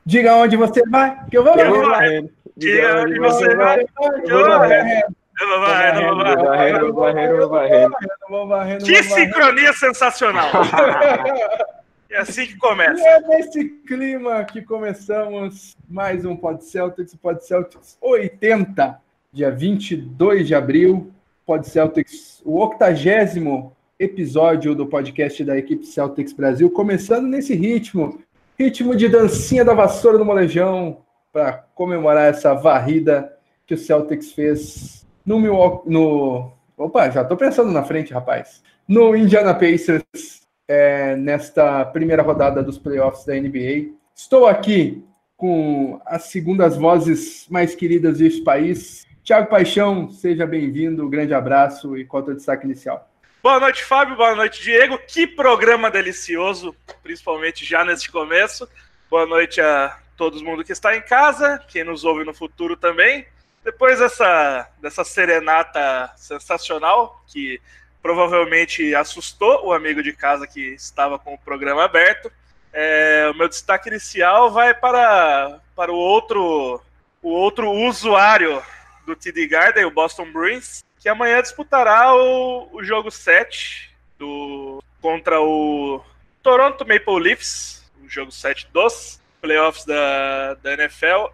Diga onde você vai, que eu vou varrendo. Diga onde você vai, que eu vou varrendo. Eu vou varrendo. Que sincronia sensacional! É assim que começa. E é nesse clima que começamos mais um Pod Celtics 80, dia 22 de abril. Pod Celtics, o 80º episódio do podcast da equipe Celtics Brasil, começando nesse ritmo de dancinha da vassoura do molejão, para comemorar essa varrida que o Celtics fez no Milwaukee, Opa, já tô pensando na frente, rapaz. No Indiana Pacers, nesta primeira rodada dos playoffs da NBA. Estou aqui com as segundas vozes mais queridas deste país. Thiago Paixão, seja bem-vindo, grande abraço e qual é o teu destaque inicial? Boa noite, Fábio, boa noite, Diego. Que programa delicioso, principalmente já neste começo. Boa noite a todo mundo que está em casa, quem nos ouve no futuro também. Depois dessa serenata sensacional, que provavelmente assustou o amigo de casa que estava com o programa aberto. O meu destaque inicial vai para o outro usuário do TD Garden, o Boston Bruins, que amanhã disputará o jogo 7 contra o Toronto Maple Leafs, o jogo 7 dos playoffs da NFL.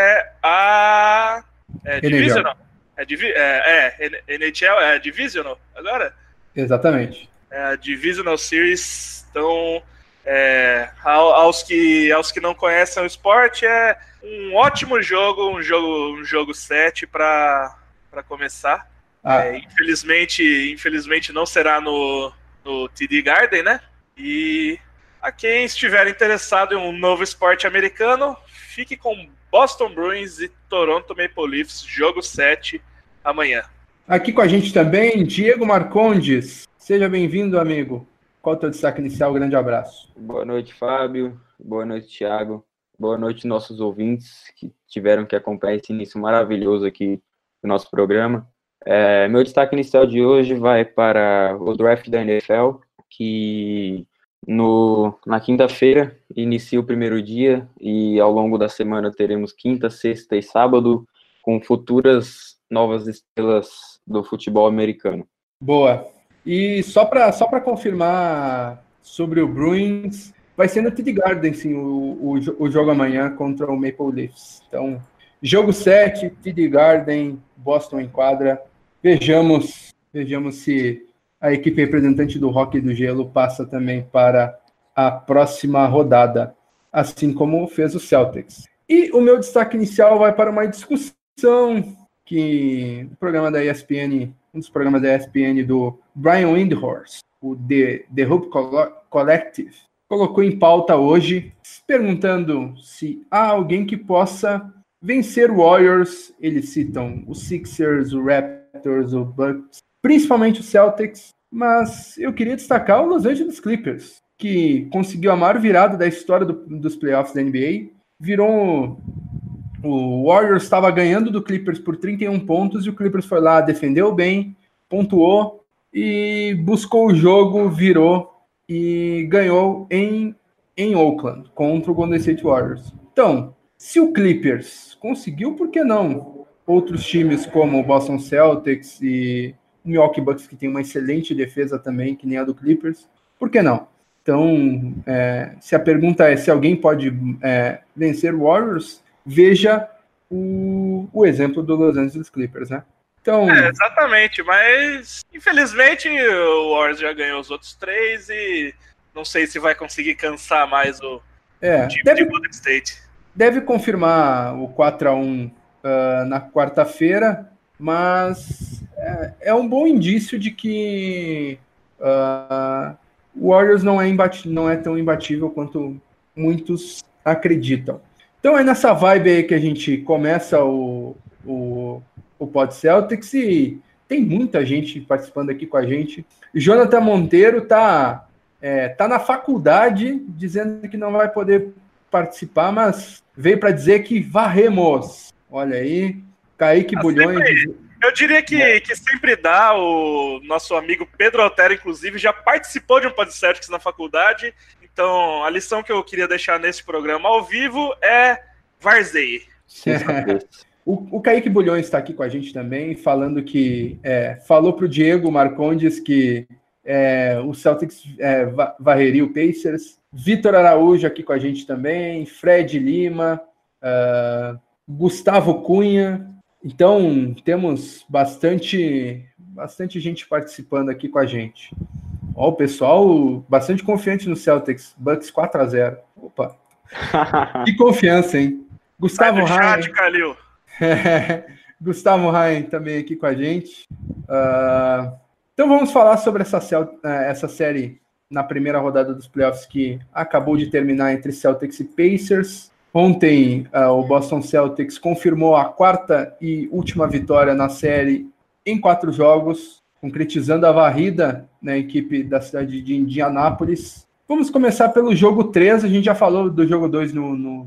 Divisional? NHL é Divisional agora? Exatamente. A Divisional Series. Então, aos que não conhecem o esporte, é um ótimo jogo, um jogo 7 para começar. Infelizmente não será no TD Garden, né? E a quem estiver interessado em um novo esporte americano, fique com Boston Bruins e Toronto Maple Leafs, jogo 7 amanhã. Aqui com a gente também, Diego Marcondes. Seja bem-vindo, amigo. Qual é o teu destaque inicial? Grande abraço. Boa noite, Fábio. Boa noite, Thiago. Boa noite, nossos ouvintes que tiveram que acompanhar esse início maravilhoso aqui do nosso programa. Meu destaque inicial de hoje vai para o draft da NFL, que na quinta-feira inicia o primeiro dia e ao longo da semana teremos quinta, sexta e sábado com futuras novas estrelas do futebol americano. Boa. E só para confirmar sobre o Bruins, vai ser no TD Garden, sim, o jogo amanhã contra o Maple Leafs. Então, jogo 7, TD Garden, Boston em quadra. Vejamos se a equipe representante do Hockey do Gelo passa também para a próxima rodada, assim como fez o Celtics. E o meu destaque inicial vai para uma discussão que o programa da ESPN, um dos programas da ESPN do Brian Windhorst, o The Hoop Collective, colocou em pauta hoje, perguntando se há alguém que possa vencer o Warriors. Eles citam os Sixers, o Raptors, o Bucks, principalmente o Celtics, mas eu queria destacar o Los Angeles Clippers, que conseguiu a maior virada da história dos playoffs da NBA. O Warriors estava ganhando do Clippers por 31 pontos e o Clippers foi lá, defendeu bem, pontuou e buscou o jogo, virou e ganhou em Oakland contra o Golden State Warriors. Então, se o Clippers conseguiu, por que não outros times como o Boston Celtics e o Milwaukee Bucks, que tem uma excelente defesa também, que nem a do Clippers, por que não? Então, se a pergunta é se alguém pode vencer o Warriors, veja o exemplo do Los Angeles Clippers, né? Então, exatamente, mas infelizmente o Warriors já ganhou os outros 3 e não sei se vai conseguir cansar mais o time de Golden State. Deve confirmar o 4-1 na quarta-feira, mas é um bom indício de que o Warriors não é tão imbatível quanto muitos acreditam. Então é nessa vibe aí que a gente começa o Pod Celtics e tem muita gente participando aqui com a gente. Jonathan Monteiro tá na faculdade dizendo que não vai poder participar, mas veio para dizer que varremos. Olha aí, Kaique Bulhões. Eu diria que sempre dá. O nosso amigo Pedro Altero, inclusive, já participou de um Pod Celtics na faculdade. Então, a lição que eu queria deixar nesse programa ao vivo é Varzei. O Kaique Bulhões está aqui com a gente também, falando que falou para o Diego Marcondes que o Celtics varreria o Pacers. Vitor Araújo aqui com a gente também, Fred Lima, Gustavo Cunha. Então, temos bastante gente participando aqui com a gente. Ó, o pessoal bastante confiante no Celtics, Bucks 4-0. Opa, que confiança, hein? Gustavo Rain. Calil. Gustavo Rain também aqui com a gente. Então vamos falar sobre essa série na primeira rodada dos playoffs que acabou de terminar entre Celtics e Pacers. Ontem o Boston Celtics confirmou a quarta e última vitória na série em 4 jogos, concretizando a varrida na equipe da cidade de Indianápolis. Vamos começar pelo jogo 3, a gente já falou do jogo 2 no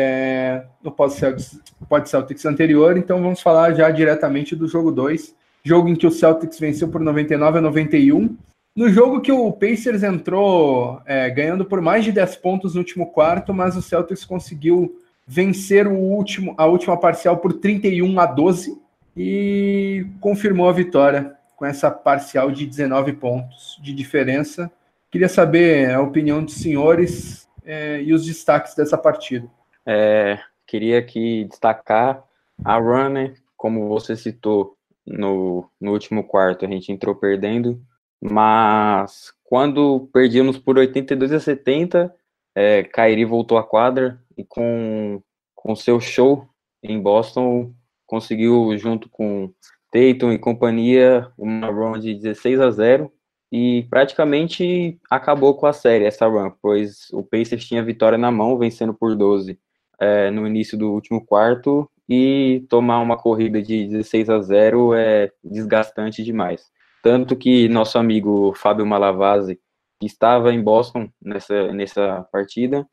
Pod-Celtics anterior, então vamos falar já diretamente do jogo 2, jogo em que o Celtics venceu por 99-91, no jogo que o Pacers entrou ganhando por mais de 10 pontos no último quarto, mas o Celtics conseguiu vencer a última parcial por 31-12 e confirmou a vitória com essa parcial de 19 pontos de diferença. Queria saber a opinião dos senhores e os destaques dessa partida. Queria aqui destacar a run, né? Como você citou, no último quarto a gente entrou perdendo, mas quando perdíamos por 82-70, Kyrie voltou à quadra e com seu show em Boston conseguiu, junto com Tatum e companhia, uma run de 16-0 e praticamente acabou com a série, essa run, pois o Pacers tinha a vitória na mão, vencendo por 12 no início do último quarto, e tomar uma corrida de 16-0 é desgastante demais. Tanto que nosso amigo Fábio Malavasi, que estava em Boston nessa partida,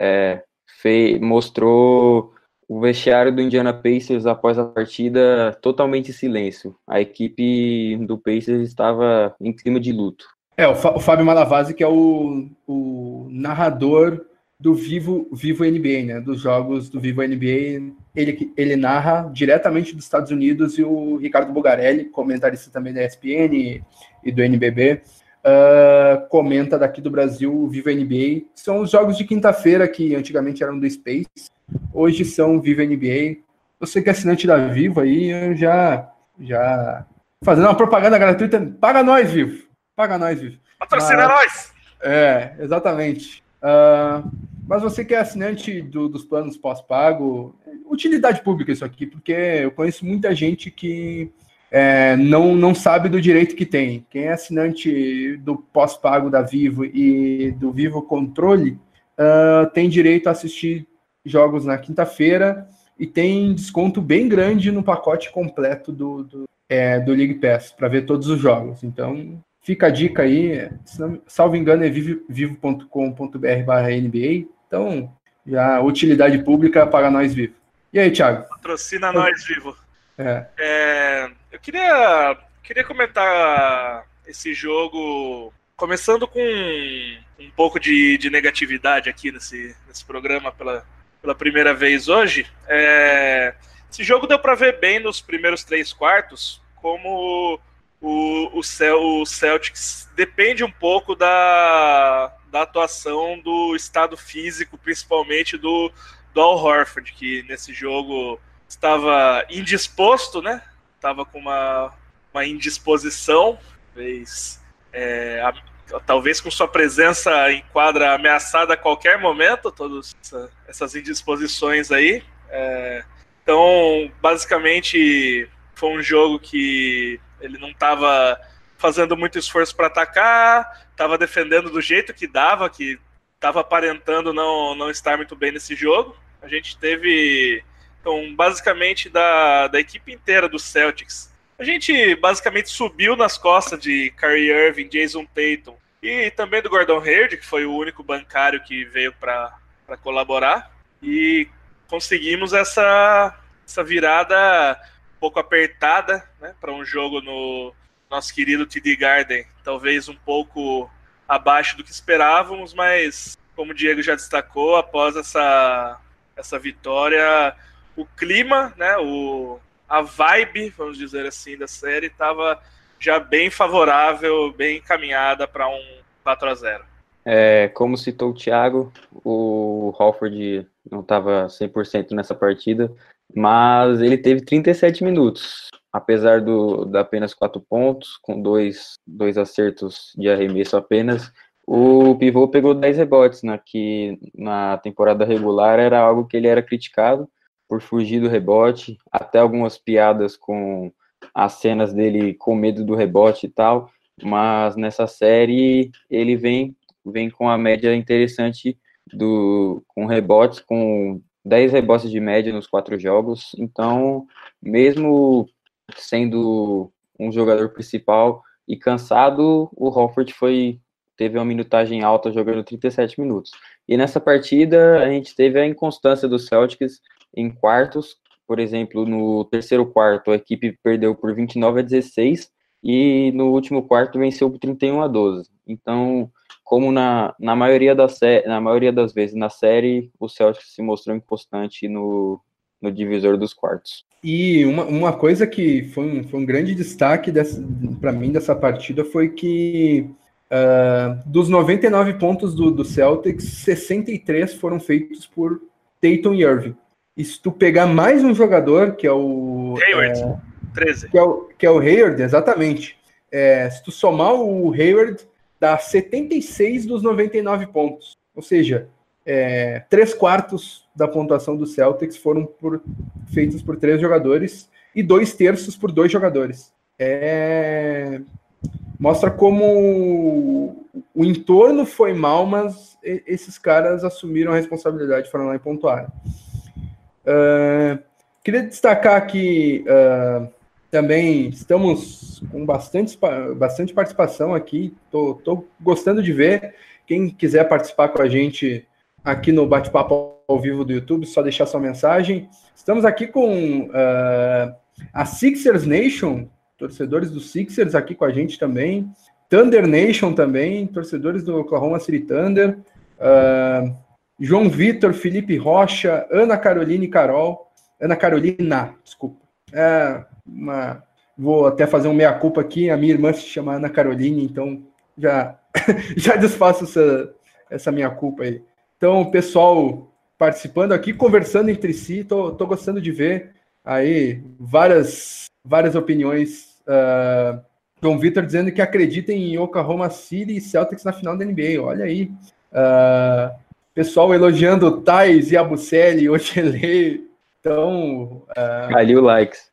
mostrou o vestiário do Indiana Pacers após a partida totalmente em silêncio. A equipe do Pacers estava em clima de luto. O Fábio Malavasi, que é o narrador do Vivo NBA, né? Dos jogos do Vivo NBA. Ele narra diretamente dos Estados Unidos, e o Ricardo Bugarelli, comentarista também da ESPN e do NBB, comenta daqui do Brasil o Vivo NBA. São os jogos de quinta-feira, que antigamente eram do Space, hoje são Vivo NBA. Você que é assinante da Vivo aí, eu já fazendo uma propaganda gratuita, paga nós, Vivo. Patrocina nós! Exatamente. Mas você que é assinante dos planos pós-pago, utilidade pública isso aqui, porque eu conheço muita gente que não sabe do direito que tem. Quem é assinante do pós-pago da Vivo e do Vivo Controle tem direito a assistir jogos na quinta-feira e tem desconto bem grande no pacote completo do League Pass para ver todos os jogos. Então, fica a dica aí, salvo engano é vivo.com.br/NBA. Então, já utilidade pública para nós, Vivo. E aí, Thiago? Patrocina nós, Vivo. Eu queria comentar esse jogo, começando com um pouco de negatividade aqui nesse programa pela primeira vez hoje. Esse jogo deu para ver bem nos primeiros 3 quartos como o Celtics depende um pouco da atuação do estado físico, principalmente do Al Horford, que nesse jogo estava indisposto, né? Estava com uma indisposição, talvez com sua presença em quadra ameaçada a qualquer momento, todas essas indisposições aí. Então, basicamente, foi um jogo que ele não estava fazendo muito esforço para atacar, estava defendendo do jeito que dava, que estava aparentando não estar muito bem nesse jogo. A gente teve, então, basicamente, da equipe inteira do Celtics, a gente basicamente subiu nas costas de Kyrie Irving, Jason Tatum e também do Gordon Hayward, que foi o único bancário que veio para colaborar, e conseguimos essa virada um pouco apertada, né, para um jogo no nosso querido TD Garden, talvez um pouco abaixo do que esperávamos, mas como o Diego já destacou, após essa vitória, o clima, né, a vibe, vamos dizer assim, da série estava já bem favorável, bem encaminhada para um 4-0. Como citou o Thiago, o Horford não estava 100% nessa partida, mas ele teve 37 minutos, apesar de apenas 4 pontos, com dois acertos de arremesso apenas. O pivô pegou 10 rebotes, né, que na temporada regular era algo que ele era criticado por fugir do rebote, até algumas piadas com as cenas dele com medo do rebote e tal, mas nessa série ele vem com a média interessante com rebotes, com 10 rebotes de média nos 4 jogos, então, mesmo sendo um jogador principal e cansado, o Horford teve uma minutagem alta jogando 37 minutos. E nessa partida, a gente teve a inconstância do Celtics em quartos. Por exemplo, no terceiro quarto, a equipe perdeu por 29-16 e no último quarto venceu por 31-12. Então, como na maioria das vezes na série, o Celtics se mostrou inconstante no divisor dos quartos. E uma coisa que foi um grande destaque para mim dessa partida foi que dos 99 pontos do Celtics, 63 foram feitos por Tatum e Irving. E se tu pegar mais um jogador, que é o... Hayward, 13. Que é o Hayward, exatamente. Se tu somar o Hayward, dá 76 dos 99 pontos. Ou seja, 3/4 da pontuação do Celtics foram feitos por 3 jogadores e 2/3 por 2 jogadores. Mostra como o entorno foi mal, mas esses caras assumiram a responsabilidade, foram lá e pontuaram. Queria destacar aqui, também estamos com bastante participação aqui, tô gostando de ver. Quem quiser participar com a gente aqui no bate-papo ao vivo do YouTube, só deixar sua mensagem. Estamos aqui com a Sixers Nation, torcedores do Sixers aqui com a gente também, Thunder Nation também, torcedores do Oklahoma City Thunder, João Vitor, Felipe Rocha, Ana Carolina, desculpa. Vou até fazer um meia-culpa aqui, a minha irmã se chama Ana Carolina, então já desfaço essa minha culpa aí. Então, o pessoal participando aqui, conversando entre si, tô gostando de ver aí várias opiniões. João Vitor dizendo que acredita em Oklahoma City e Celtics na final da NBA, olha aí. Pessoal elogiando o Thais e a Bucelli, o Ochelei. Então... Calil likes.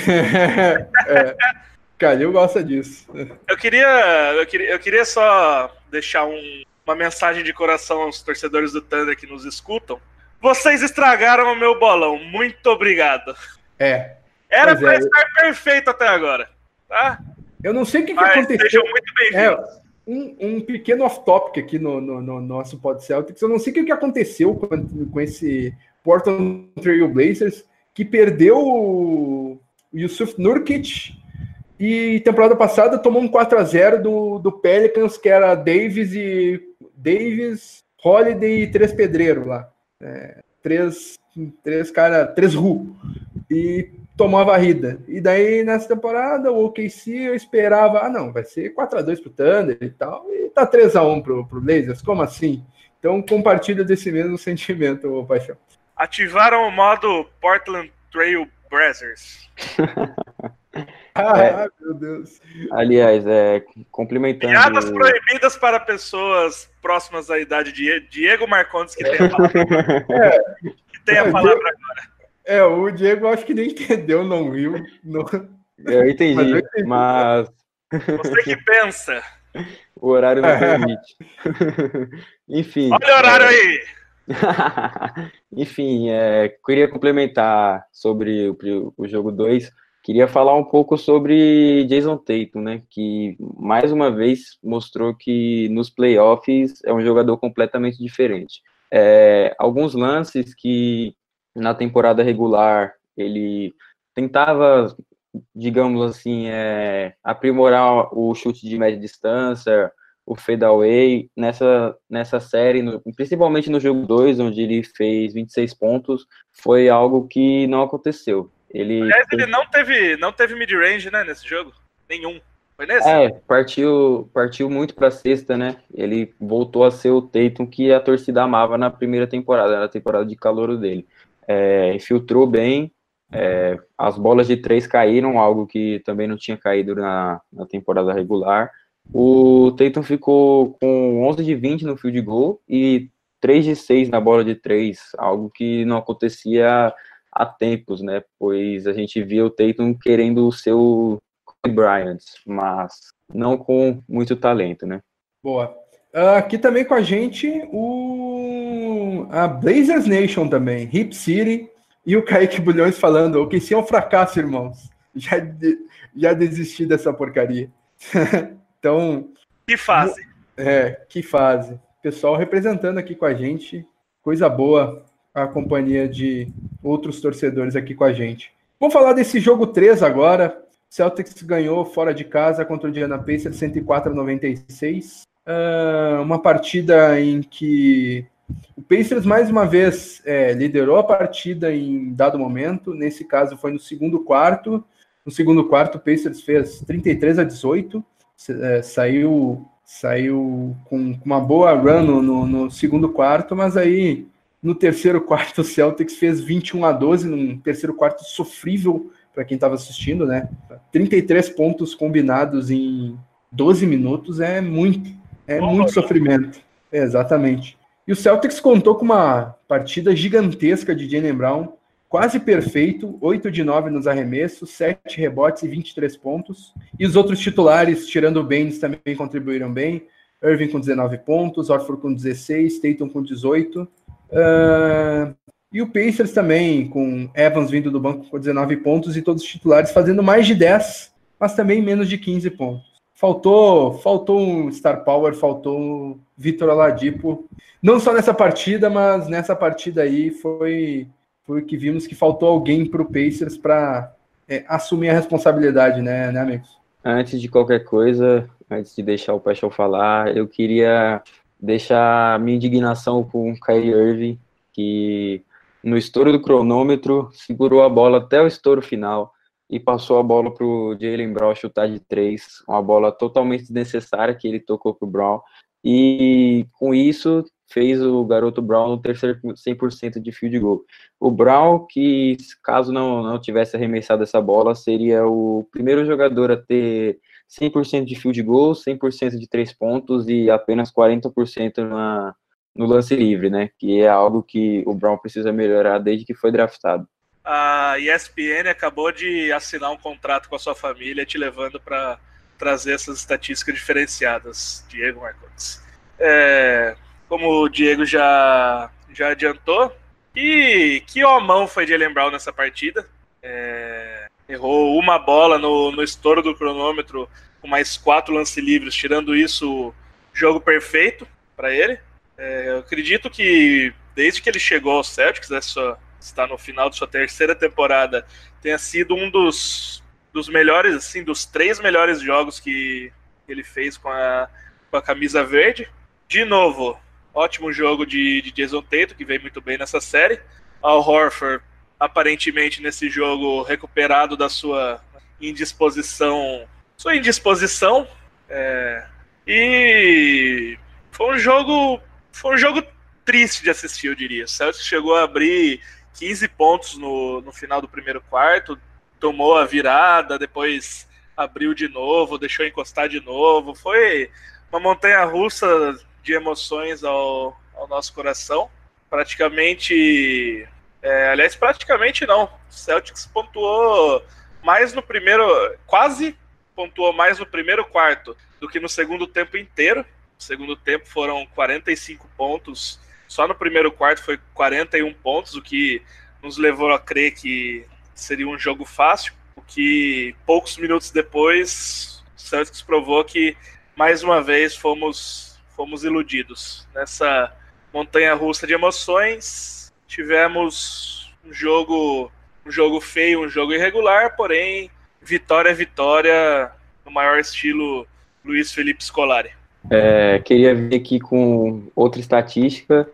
Calil gosta disso. Eu queria só deixar uma mensagem de coração aos torcedores do Thunder que nos escutam. Vocês estragaram o meu bolão. Muito obrigado. Era para estar perfeito até agora. Tá? Eu não sei o que aconteceu. Sejam muito bem-vindos. Um pequeno off-topic aqui no nosso Pod Celtics. Eu não sei o que aconteceu com esse Portland Trail Blazers, que perdeu o Yusuf Nurkic e temporada passada tomou um 4-0 do Pelicans, que era Davis, Holiday e 3 pedreiros lá. 3 Ru. E tomou a varrida. E daí, nessa temporada, o OKC eu esperava, vai ser 4-2 pro Thunder e tal, e tá 3-1 pro Blazers, como assim? Então, compartilha desse mesmo sentimento, Paixão. Ativaram o modo Portland Trail Blazers. Meu Deus. Aliás, complementando... Piadas proibidas para pessoas próximas à idade de Diego Marcondes, que tem a palavra, agora. O Diego acho que nem entendeu, não viu. Não... Eu entendi, mas... Você que pensa. O horário não permite. Enfim. Olha o horário aí! Enfim, queria complementar sobre o jogo 2. Queria falar um pouco sobre Jason Tatum, né? Que mais uma vez mostrou que nos playoffs é um jogador completamente diferente. Alguns lances que na temporada regular ele tentava, digamos assim, aprimorar o chute de média distância, o fadeaway nessa série, principalmente no jogo 2, onde ele fez 26 pontos, foi algo que não aconteceu. Aliás, ele não teve mid-range, né, nesse jogo? Nenhum. Foi nesse? Partiu muito para a cesta, né? Ele voltou a ser o Tatum que a torcida amava na primeira temporada, na temporada de calouro dele. Infiltrou bem, as bolas de 3 caíram, algo que também não tinha caído na temporada regular. O Tatum ficou com 11 de 20 no field goal e 3 de 6 na bola de 3, algo que não acontecia há tempos, né? Pois a gente via o Tatum querendo ser o Kobe Bryant, mas não com muito talento, né? Boa. Aqui também com a gente a Blazers Nation também, Hip City e o Kaique Bulhões falando, o que se é um fracasso, irmãos. Já desisti dessa porcaria. Então... Que fase. Que fase. Pessoal representando aqui com a gente, coisa boa, a companhia de outros torcedores aqui com a gente. Vamos falar desse jogo 3 agora. Celtics ganhou fora de casa contra o Indiana Pacers 104-96. Uma partida em que o Pacers mais uma vez liderou a partida em dado momento. Nesse caso foi no segundo quarto. No segundo quarto o Pacers fez 33-18. Saiu com uma boa run no segundo quarto, mas aí no terceiro quarto o Celtics fez 21-12, num terceiro quarto sofrível para quem estava assistindo, né? 33 pontos combinados em 12 minutos é muito sofrimento. Exatamente. E o Celtics contou com uma partida gigantesca de Jaylen Brown, quase perfeito, 8 de 9 nos arremessos, 7 rebotes e 23 pontos. E os outros titulares, tirando o Baines, também contribuíram bem. Irving com 19 pontos, Horford com 16, Tatum com 18. E o Pacers também, com Evans vindo do banco com 19 pontos e todos os titulares fazendo mais de 10, mas também menos de 15 pontos. Faltou um star power, faltou Vitor Oladipo. Não só nessa partida, mas nessa partida aí foi que vimos que faltou alguém para o Pacers para assumir a responsabilidade, né, amigos? Antes de qualquer coisa, antes de deixar o Paixão falar, eu queria deixar minha indignação com o Kyrie Irving, que no estouro do cronômetro segurou a bola até o estouro final e passou a bola para o Jaylen Brown chutar de 3, uma bola totalmente desnecessária que ele tocou para o Brown, e com isso fez o garoto Brown no terceiro 100% de field goal. O Brown, que caso não tivesse arremessado essa bola, seria o primeiro jogador a ter 100% de field goal, 100% de 3 pontos e apenas 40% no lance livre, né? Que é algo que o Brown precisa melhorar desde que foi draftado. A ESPN acabou de assinar um contrato com a sua família, te levando para trazer essas estatísticas diferenciadas, Diego Marcondes. Como o Diego já adiantou, e que homão foi Jaylen Brown nessa partida. Errou uma bola no estouro do cronômetro, com mais 4 lances livres, tirando isso, jogo perfeito para ele. Eu acredito que desde que ele chegou ao Celtics, está no final de sua terceira temporada, tenha sido um dos melhores, assim, dos 3 melhores jogos que ele fez com a camisa verde. De novo, ótimo jogo de Jason Tatum, que veio muito bem nessa série. Al Horford, aparentemente nesse jogo, recuperado da sua indisposição. E foi um jogo triste de assistir, eu diria. O Celtics chegou a abrir 15 pontos no final do primeiro quarto, tomou a virada, depois abriu de novo, deixou encostar de novo. Foi uma montanha-russa de emoções ao nosso coração. Praticamente não. O Celtics pontuou mais no primeiro, quase pontuou mais no primeiro quarto do que no segundo tempo inteiro. No segundo tempo foram 45 pontos, só no primeiro quarto foi 41 pontos, o que nos levou a crer que seria um jogo fácil, o que poucos minutos depois o Celtics provou que mais uma vez fomos iludidos. Nessa montanha-russa de emoções, tivemos um jogo feio, um jogo irregular, porém, vitória no maior estilo Luiz Felipe Scolari. Queria vir aqui com outra estatística,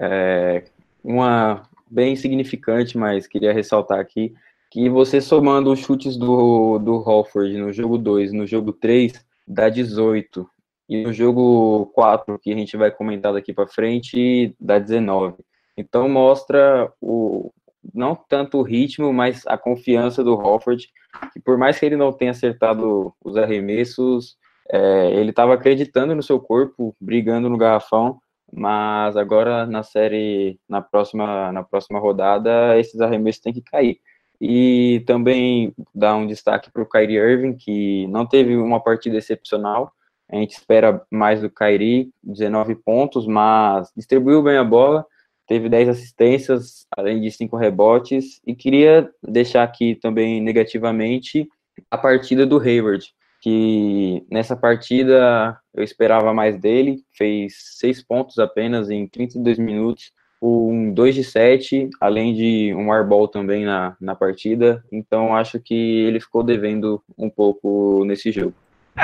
uma bem significante, mas queria ressaltar aqui que você somando os chutes do Horford no jogo 2 no jogo 3, dá 18. E no jogo 4, que a gente vai comentar daqui para frente, dá 19. Então mostra não tanto o ritmo, mas a confiança do Horford, que por mais que ele não tenha acertado os arremessos, ele estava acreditando no seu corpo, brigando no garrafão, mas agora na série, na próxima rodada, esses arremessos têm que cair. E também dar um destaque para o Kyrie Irving, que não teve uma partida excepcional. A gente espera mais do Kyrie, 19 pontos, mas distribuiu bem a bola, teve 10 assistências, além de 5 rebotes, e queria deixar aqui também negativamente a partida do Hayward, que nessa partida eu esperava mais dele, fez 6 pontos apenas em 32 minutos, um 2 de 7, além de um airball também na partida, então acho que ele ficou devendo um pouco nesse jogo.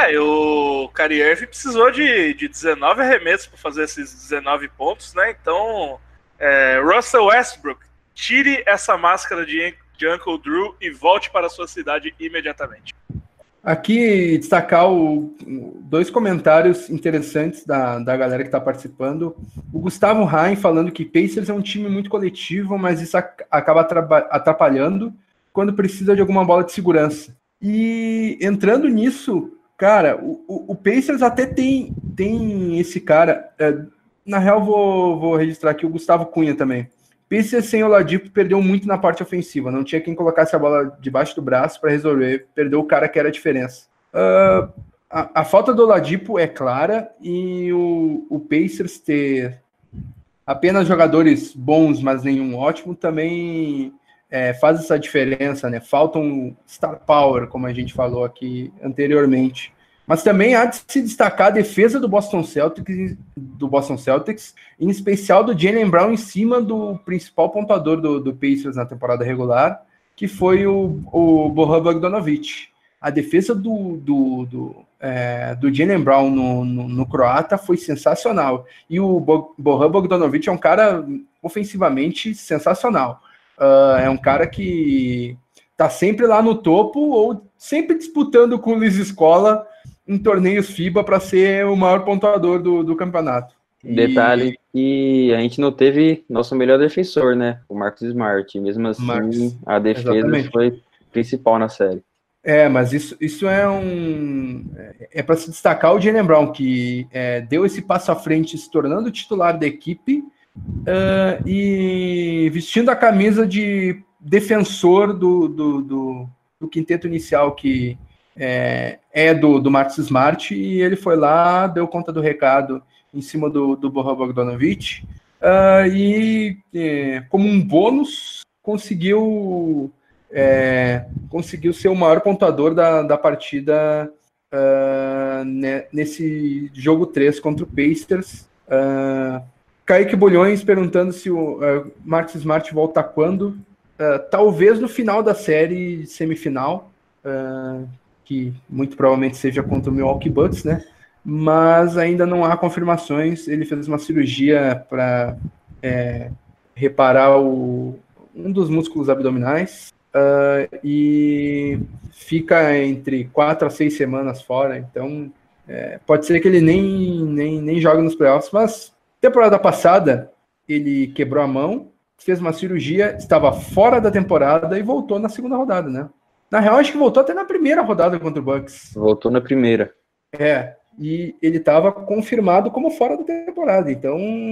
O Kyrie Irving precisou de 19 arremessos para fazer esses 19 pontos, né? Então, Russell Westbrook, tire essa máscara de Uncle Drew e volte para a sua cidade imediatamente. Aqui, destacar dois comentários interessantes da galera que está participando. O Gustavo Rain falando que Pacers é um time muito coletivo, mas isso acaba atrapalhando quando precisa de alguma bola de segurança. E entrando nisso, cara, o Pacers até tem esse cara. Na real, vou registrar aqui o Gustavo Cunha também. Pacers sem o Oladipo perdeu muito na parte ofensiva. Não tinha quem colocasse a bola debaixo do braço para resolver. Perdeu o cara que era a diferença. A falta do Oladipo é clara e o Pacers ter apenas jogadores bons, mas nenhum ótimo, também faz essa diferença, né? Falta um star power, como a gente falou aqui anteriormente. Mas também há de se destacar a defesa do Boston Celtics, em especial do Jaylen Brown em cima do principal pontuador do Pacers na temporada regular, que foi o Bojan Bogdanovic. A defesa do Jaylen Brown no croata foi sensacional. E o Bojan Bogdanovic é um cara ofensivamente sensacional. É um cara que está sempre lá no topo ou sempre disputando com o Luiz Scola em torneios FIBA para ser o maior pontuador do campeonato. Detalhe que a gente não teve nosso melhor defensor, né? O Marcus Smart. Mesmo assim, a defesa exatamente foi principal na série. Mas isso é para se destacar o Jaylen Brown, que deu esse passo à frente, se tornando titular da equipe e vestindo a camisa de defensor do quinteto inicial, que do Marcus Smart, e ele foi lá, deu conta do recado em cima do Bojan Bogdanovic, e como um bônus conseguiu ser o maior pontuador da partida nesse jogo 3 contra o Pacers. Kaique Bulhões perguntando se o Marcus Smart volta quando. Talvez no final da série semifinal, que muito provavelmente seja contra o Milwaukee Bucks, né? Mas ainda não há confirmações. Ele fez uma cirurgia para reparar um dos músculos abdominais e fica entre 4 a 6 semanas fora. Então, pode ser que ele nem jogue nos playoffs, mas temporada passada ele quebrou a mão, fez uma cirurgia, estava fora da temporada e voltou na segunda rodada, né? Na real, acho que voltou até na primeira rodada contra o Bucks. Voltou na primeira. E ele estava confirmado como fora da temporada. Então,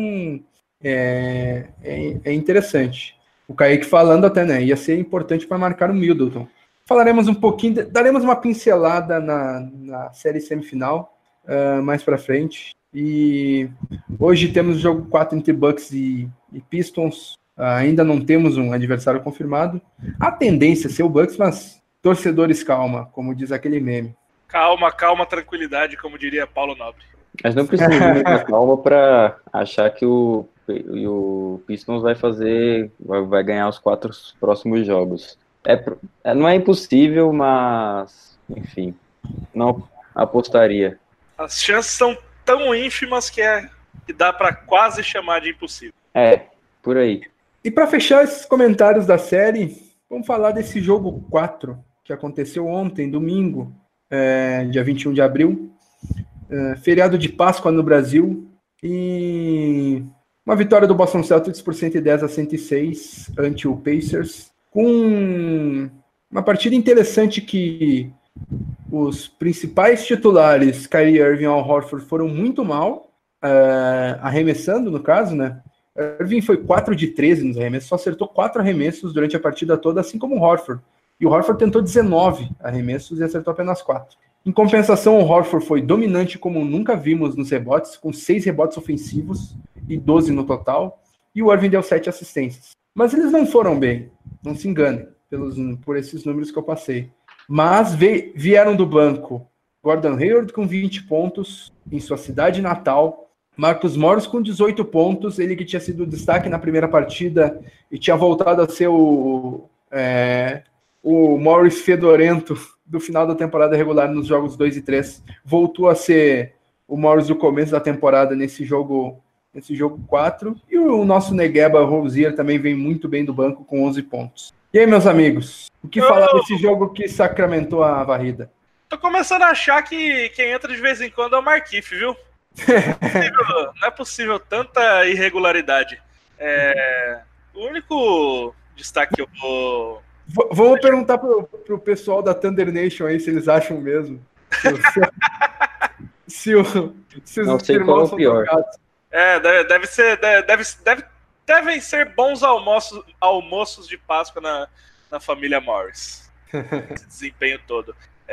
é interessante. O Kaique falando até, né? Ia ser importante para marcar o Middleton. Falaremos um pouquinho, daremos uma pincelada na série semifinal mais para frente. E hoje temos o jogo 4 entre Bucks e Pistons. Ainda não temos um adversário confirmado. A tendência é ser o Bucks, mas torcedores, calma, como diz aquele meme. Calma, tranquilidade, como diria Paulo Nobre. Mas não precisa de muita calma para achar que o Pistons vai ganhar os 4 próximos jogos. Não é impossível, mas enfim, não apostaria. As chances são tão ínfimas que dá para quase chamar de impossível. Por aí. E para fechar esses comentários da série, vamos falar desse jogo 4, que aconteceu ontem, domingo, dia 21 de abril. Feriado de Páscoa no Brasil. E uma vitória do Boston Celtics por 110-106 ante o Pacers. Com uma partida interessante que os principais titulares, Kyrie Irving e Al Horford, foram muito mal, arremessando, no caso, né? Irving foi 4 de 13 nos arremessos, só acertou 4 arremessos durante a partida toda, assim como o Horford. E o Horford tentou 19 arremessos e acertou apenas 4. Em compensação, o Horford foi dominante como nunca vimos nos rebotes, com 6 rebotes ofensivos e 12 no total. E o Irving deu 7 assistências. Mas eles não foram bem, não se enganem, por esses números que eu passei. Mas vieram do banco Gordon Hayward com 20 pontos em sua cidade natal, Marcus Morris com 18 pontos, ele que tinha sido destaque na primeira partida e tinha voltado a ser o Morris fedorento do final da temporada regular nos jogos 2 e 3. Voltou a ser o Morris do começo da temporada nesse jogo 4. E o nosso Negueba Rosier também vem muito bem do banco com 11 pontos. E aí, meus amigos, o que falar desse jogo que sacramentou a varrida? Tô começando a achar que quem entra de vez em quando é o Markieff, viu? Não é possível tanta irregularidade. O único destaque que eu vou... Vamos perguntar pro pessoal da Thunder Nation aí se eles acham mesmo. Se os irmãos são trocados. Devem ser bons almoços de Páscoa na família Morris. Esse desempenho todo.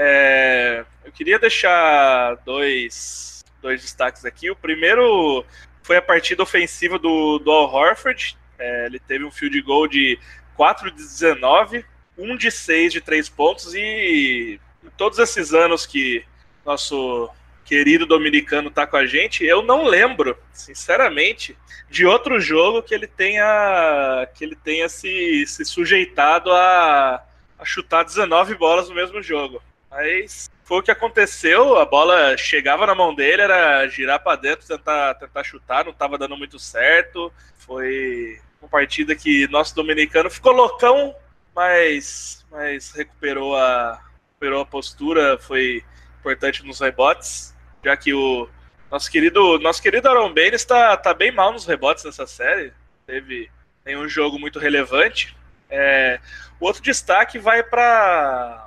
Eu queria deixar dois destaques aqui. O primeiro foi a partida ofensiva do Al Horford. Ele teve um field goal de 4 de 19, 1 de 6 de 3 pontos, e em todos esses anos que nosso querido dominicano tá com a gente, eu não lembro, sinceramente, de outro jogo que ele tenha se sujeitado a chutar 19 bolas no mesmo jogo. Mas foi o que aconteceu, a bola chegava na mão dele, era girar para dentro, tentar chutar, não estava dando muito certo. Foi uma partida que nosso dominicano ficou loucão, mas recuperou a postura, foi importante nos rebotes, já que o nosso querido Aaron Baines está bem mal nos rebotes nessa série, teve nenhum jogo muito relevante. O outro destaque vai para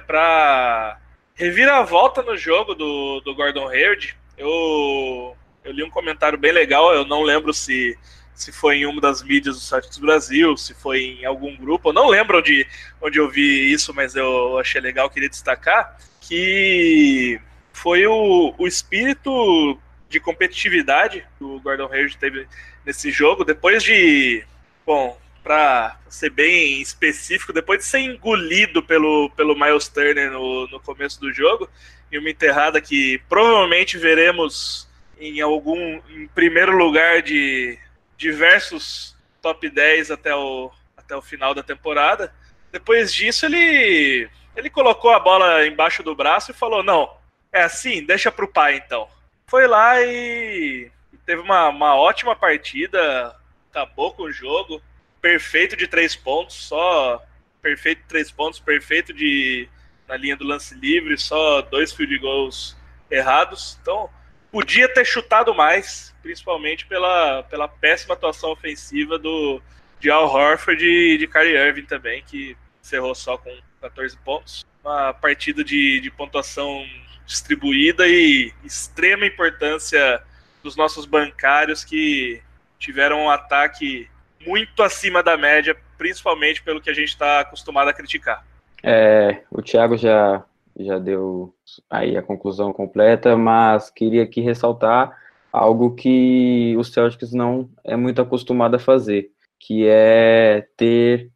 reviravolta no jogo do Gordon Hayward. Eu li um comentário bem legal, eu não lembro se foi em uma das mídias do Celtics Brasil, se foi em algum grupo, eu não lembro onde eu vi isso, mas eu achei legal, queria destacar, que foi o espírito de competitividade que o Gordon Hayward teve nesse jogo, depois de, para ser bem específico, depois de ser engolido pelo Miles Turner no começo do jogo, em uma enterrada que provavelmente veremos em primeiro lugar de diversos top 10 até o final da temporada. Depois disso, ele colocou a bola embaixo do braço e falou, não, é assim, deixa pro pai então. Foi lá e teve uma ótima partida, acabou com o jogo, perfeito de 3 pontos, só perfeito de 3 pontos, perfeito na linha do lance livre, só 2 field goals errados. Então, podia ter chutado mais, principalmente pela péssima atuação ofensiva de Al Horford e de Kyrie Irving também, que encerrou só com 14 pontos. Uma partida de pontuação distribuída e extrema importância dos nossos bancários, que tiveram um ataque muito acima da média, principalmente pelo que a gente está acostumado a criticar. O Thiago já deu aí a conclusão completa, mas queria aqui ressaltar algo que o Celtics não é muito acostumado a fazer, que é ter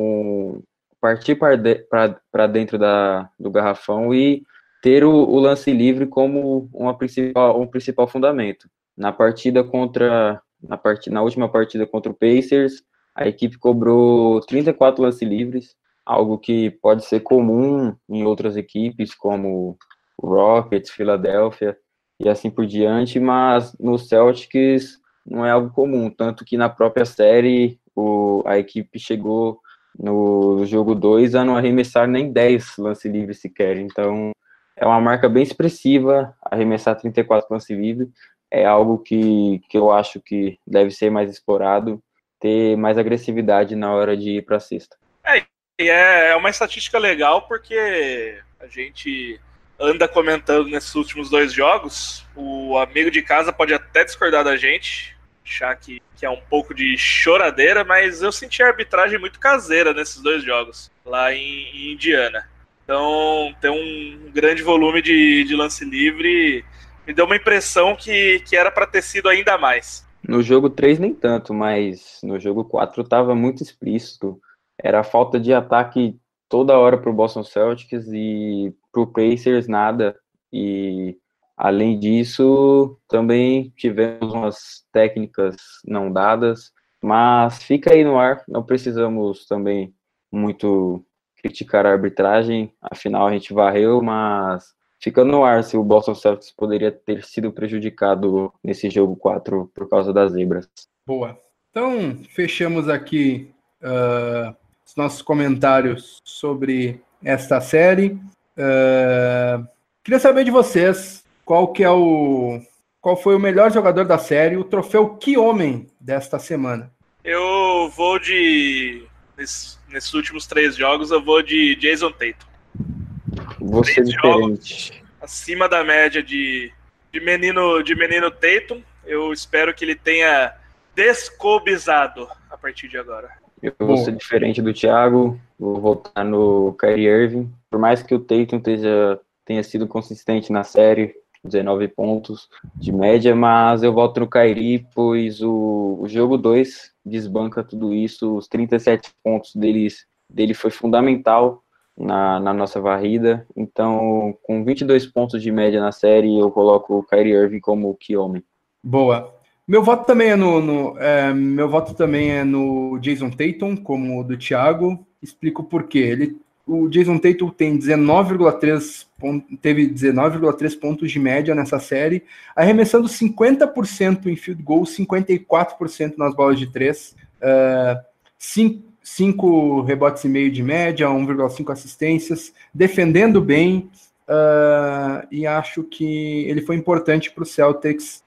partir para dentro do garrafão e ter o lance livre como um principal fundamento. Na última partida contra o Pacers, a equipe cobrou 34 lances livres, algo que pode ser comum em outras equipes, como o Rockets, Philadelphia, e assim por diante, mas no Celtics não é algo comum, tanto que na própria série a equipe chegou no jogo 2 a não arremessar nem 10 lance livres sequer, então é uma marca bem expressiva, arremessar 34 lance livres, é algo que eu acho que deve ser mais explorado, ter mais agressividade na hora de ir para a cesta. E é uma estatística legal porque a gente anda comentando nesses últimos 2 jogos, o amigo de casa pode até discordar da gente, achar que é um pouco de choradeira, mas eu senti a arbitragem muito caseira nesses 2 jogos, lá em Indiana. Então, tem um grande volume de lance livre, me deu uma impressão que era para ter sido ainda mais. No jogo 3 nem tanto, mas no jogo 4 estava muito explícito. Era falta de ataque toda hora para o Boston Celtics e para o Pacers nada. E além disso, também tivemos umas técnicas não dadas, mas fica aí no ar, não precisamos também muito criticar a arbitragem, afinal a gente varreu, mas fica no ar se o Boston Celtics poderia ter sido prejudicado nesse jogo 4 por causa das zebras. Boa. Então, fechamos aqui os nossos comentários sobre esta série. Queria saber de vocês qual foi o melhor jogador da série, o troféu Que Homem desta semana. Eu vou nesses últimos 3 jogos, eu vou de Jason Tatum. Você diferente. Acima da média de menino Tatum. Eu espero que ele tenha descobizado a partir de agora. Eu vou ser diferente do Thiago, vou votar no Kyrie Irving. Por mais que o Tatum tenha sido consistente na série, 19 pontos de média, mas eu voto no Kyrie, pois o jogo 2 desbanca tudo isso. Os 37 pontos dele foi fundamental na nossa varrida. Então, com 22 pontos de média na série, eu coloco o Kyrie Irving como que homem. Boa. Meu voto também é no Jason Tatum, como o do Thiago. Explico por quê. O Jason Tatum teve 19,3 pontos de média nessa série, arremessando 50% em field goal, 54% nas bolas de 3, 5 rebotes e meio de média, 1,5 assistências, defendendo bem, e acho que ele foi importante para o Celtics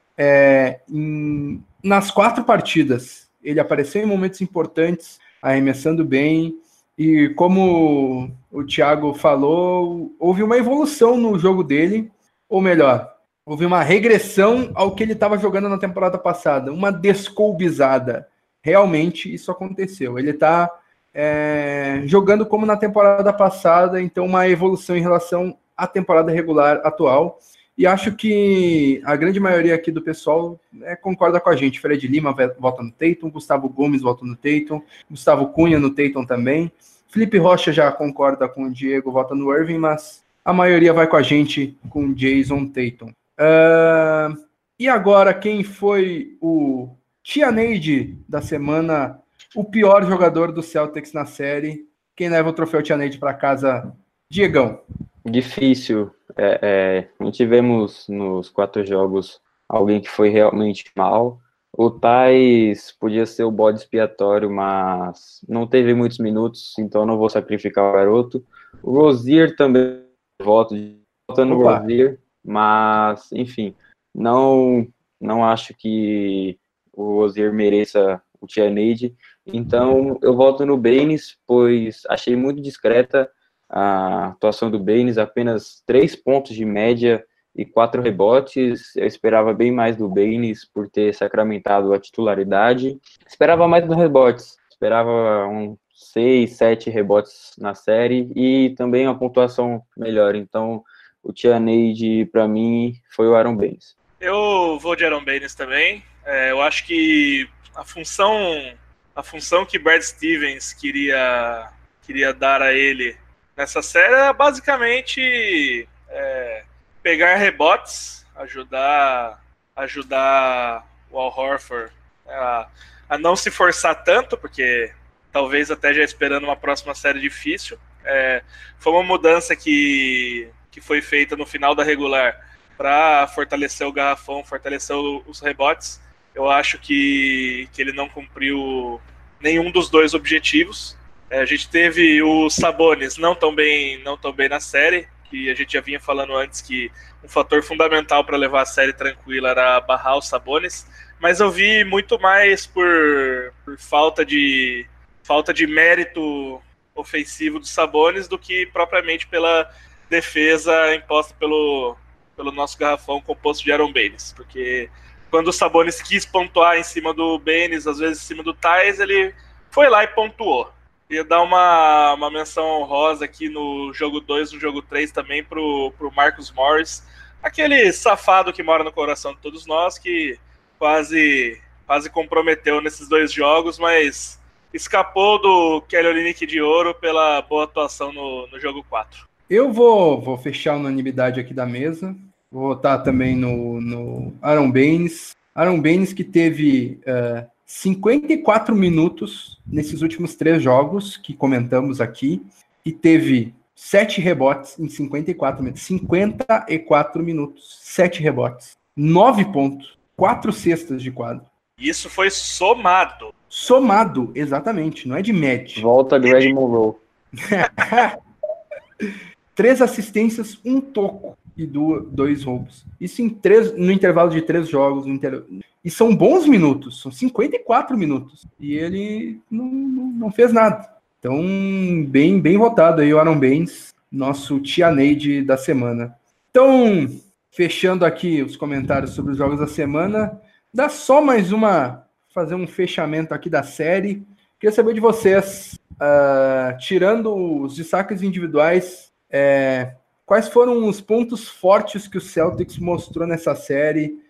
nas 4 partidas. Ele apareceu em momentos importantes, arremessando bem, e como o Thiago falou, houve uma evolução no jogo dele, ou melhor, houve uma regressão ao que ele estava jogando na temporada passada, uma descolbizada. Realmente isso aconteceu. Ele está jogando como na temporada passada, então uma evolução em relação à temporada regular atual. E acho que a grande maioria aqui do pessoal concorda com a gente. Fred Lima vota no Tatum, Gustavo Gomes vota no Tatum, Gustavo Cunha no Tatum também. Felipe Rocha já concorda com o Diego, vota no Irving, mas a maioria vai com a gente com Jason Tatum. E agora, quem foi o Tianeide da semana, o pior jogador do Celtics na série? Quem leva o troféu Tianeide para casa? Diegão. Difícil. Não tivemos nos 4 jogos alguém que foi realmente mal. O Thais podia ser o bode expiatório, mas não teve muitos minutos, então não vou sacrificar o garoto. O Rozier também vota no Rozier, mas, enfim, não acho que o Rozier mereça o Tianeide. Então eu voto no Baines, pois achei muito discreta a atuação do Baines, apenas 3 pontos de média e 4 rebotes. Eu esperava bem mais do Baines por ter sacramentado a titularidade. Esperava mais dos rebotes, esperava 6, 7 rebotes na série e também uma pontuação melhor. Então o Tianeide, para mim, foi o Aaron Baines. Eu vou de Aaron Baines também. Eu acho que a função que Brad Stevens queria dar a ele nessa série era basicamente pegar rebotes, ajudar o Al Horford a não se forçar tanto, porque talvez até já esperando uma próxima série difícil. Foi uma mudança que foi feita no final da regular para fortalecer o garrafão, fortalecer os rebotes. Eu acho que ele não cumpriu nenhum dos dois objetivos. A gente teve o Sabonis não tão bem na série, que a gente já vinha falando antes que um fator fundamental para levar a série tranquila era barrar o Sabonis, mas eu vi muito mais por falta de mérito ofensivo do Sabonis do que propriamente pela defesa imposta pelo nosso garrafão composto de Aaron Baines, porque quando o Sabonis quis pontuar em cima do Baines, às vezes em cima do Theis, ele foi lá e pontuou. Ia dar uma menção honrosa aqui no jogo 2, no jogo 3 também pro Marcus Morris, aquele safado que mora no coração de todos nós, que quase comprometeu nesses 2 jogos, mas escapou do Kelly Olynyk de ouro pela boa atuação no jogo 4. Eu vou fechar a unanimidade aqui da mesa. Vou votar também no Aaron Baines. Aaron Baines que teve 54 minutos nesses últimos 3 jogos que comentamos aqui e teve 7 rebotes em 54 minutos. 54 minutos, 7 rebotes, 9 pontos, 4 cestas de quadra. Isso foi somado. Somado, exatamente, não é de match. Volta Greg Monroe. 3 assistências, 1 toco e 2 roubos. Isso no intervalo de 3 jogos. E são bons minutos, são 54 minutos. E ele não fez nada. Então, bem votado aí o Aaron Baines, nosso Tia Neide da semana. Então, fechando aqui os comentários sobre os jogos da semana, dá só mais fazer um fechamento aqui da série. Queria saber de vocês, tirando os destaques individuais, quais foram os pontos fortes que o Celtics mostrou nessa série,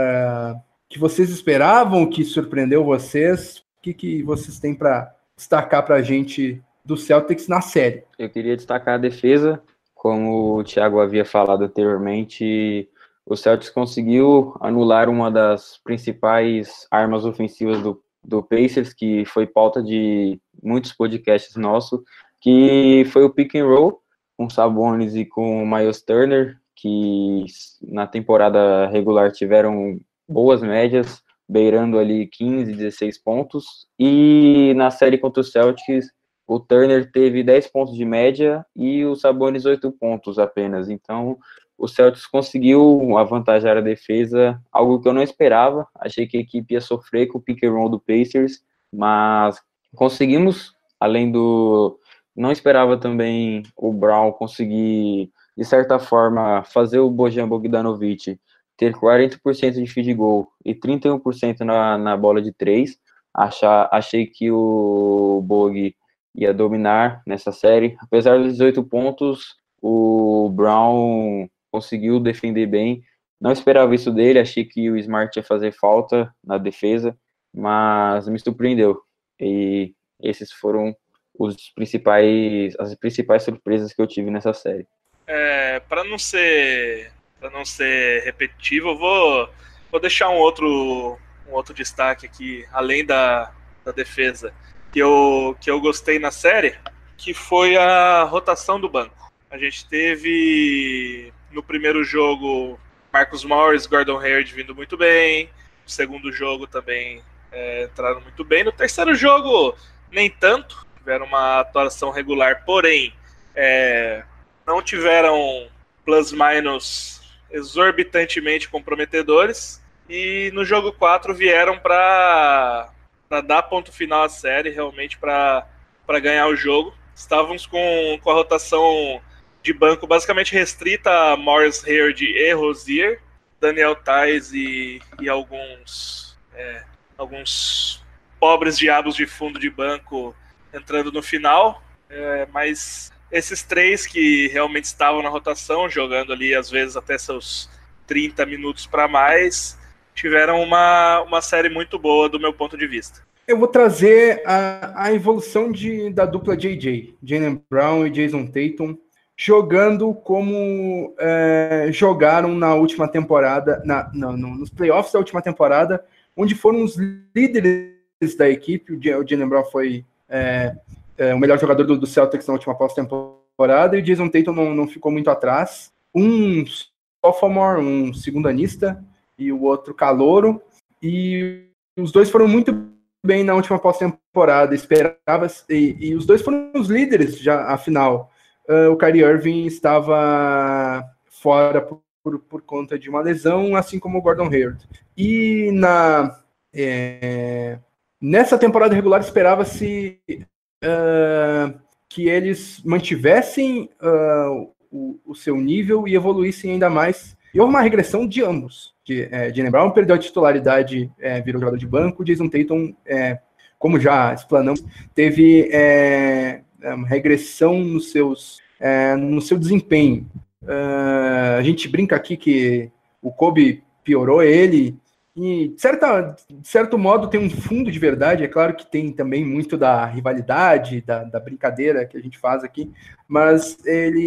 que vocês esperavam, que surpreendeu vocês? O que vocês têm para destacar para a gente do Celtics na série? Eu queria destacar a defesa. Como o Thiago havia falado anteriormente, o Celtics conseguiu anular uma das principais armas ofensivas do Pacers, que foi pauta de muitos podcasts nossos, que foi o pick and roll, com Sabonis e com Miles Turner, que na temporada regular tiveram boas médias, beirando ali 15, 16 pontos, e na série contra o Celtics, o Turner teve 10 pontos de média e o Sabonis 8 pontos apenas. Então, o Celtics conseguiu avantajar a defesa, algo que eu não esperava. Achei que a equipe ia sofrer com o pick and roll do Pacers, mas conseguimos, além do... Não esperava também o Brown conseguir, de certa forma, fazer o Bojan Bogdanovic ter 40% de field goal e 31% na bola de 3. Achei que o Bog ia dominar nessa série. Apesar dos 18 pontos, o Brown conseguiu defender bem. Não esperava isso dele, achei que o Smart ia fazer falta na defesa, mas me surpreendeu. E esses foram as principais surpresas que eu tive nessa série. Para não ser repetitivo, eu vou deixar um outro destaque aqui, além da defesa, que eu gostei na série, que foi a rotação do banco. A gente teve no primeiro jogo Marcus Morris, Gordon Hayward vindo muito bem. No segundo jogo também entraram muito bem. No terceiro jogo, nem tanto. Tiveram uma atuação regular, porém não tiveram plus-minus exorbitantemente comprometedores. E no jogo 4 vieram para dar ponto final à série, realmente para ganhar o jogo. Estávamos com a rotação de banco basicamente restrita a Morris, Hayward e Rozier, Daniel Theis e alguns pobres diabos de fundo de banco entrando no final, mas esses 3 que realmente estavam na rotação, jogando ali às vezes até seus 30 minutos para mais, tiveram uma série muito boa do meu ponto de vista. Eu vou trazer a evolução da dupla Jaylen Brown e Jason Tatum, jogando como jogaram na última temporada, nos playoffs da última temporada, onde foram os líderes da equipe. O Jaylen Brown foi o melhor jogador do Celtics na última pós-temporada, e o Jason Tatum não ficou muito atrás. sophomore, um segundanista, e o outro calouro, e os dois foram muito bem na última pós-temporada, esperava, e os dois foram os líderes já, afinal. O Kyrie Irving estava fora por conta de uma lesão, assim como o Gordon Hayward. E nessa temporada regular esperava-se que eles mantivessem o seu nível e evoluíssem ainda mais. E houve uma regressão de ambos. Jaylen Brown perdeu a titularidade, virou jogador de banco. Jason Tatum, como já explanamos, teve uma regressão no seu desempenho. A gente brinca aqui que o Kobe piorou ele, e de certo modo tem um fundo de verdade. É claro que tem também muito da rivalidade, da brincadeira que a gente faz aqui, mas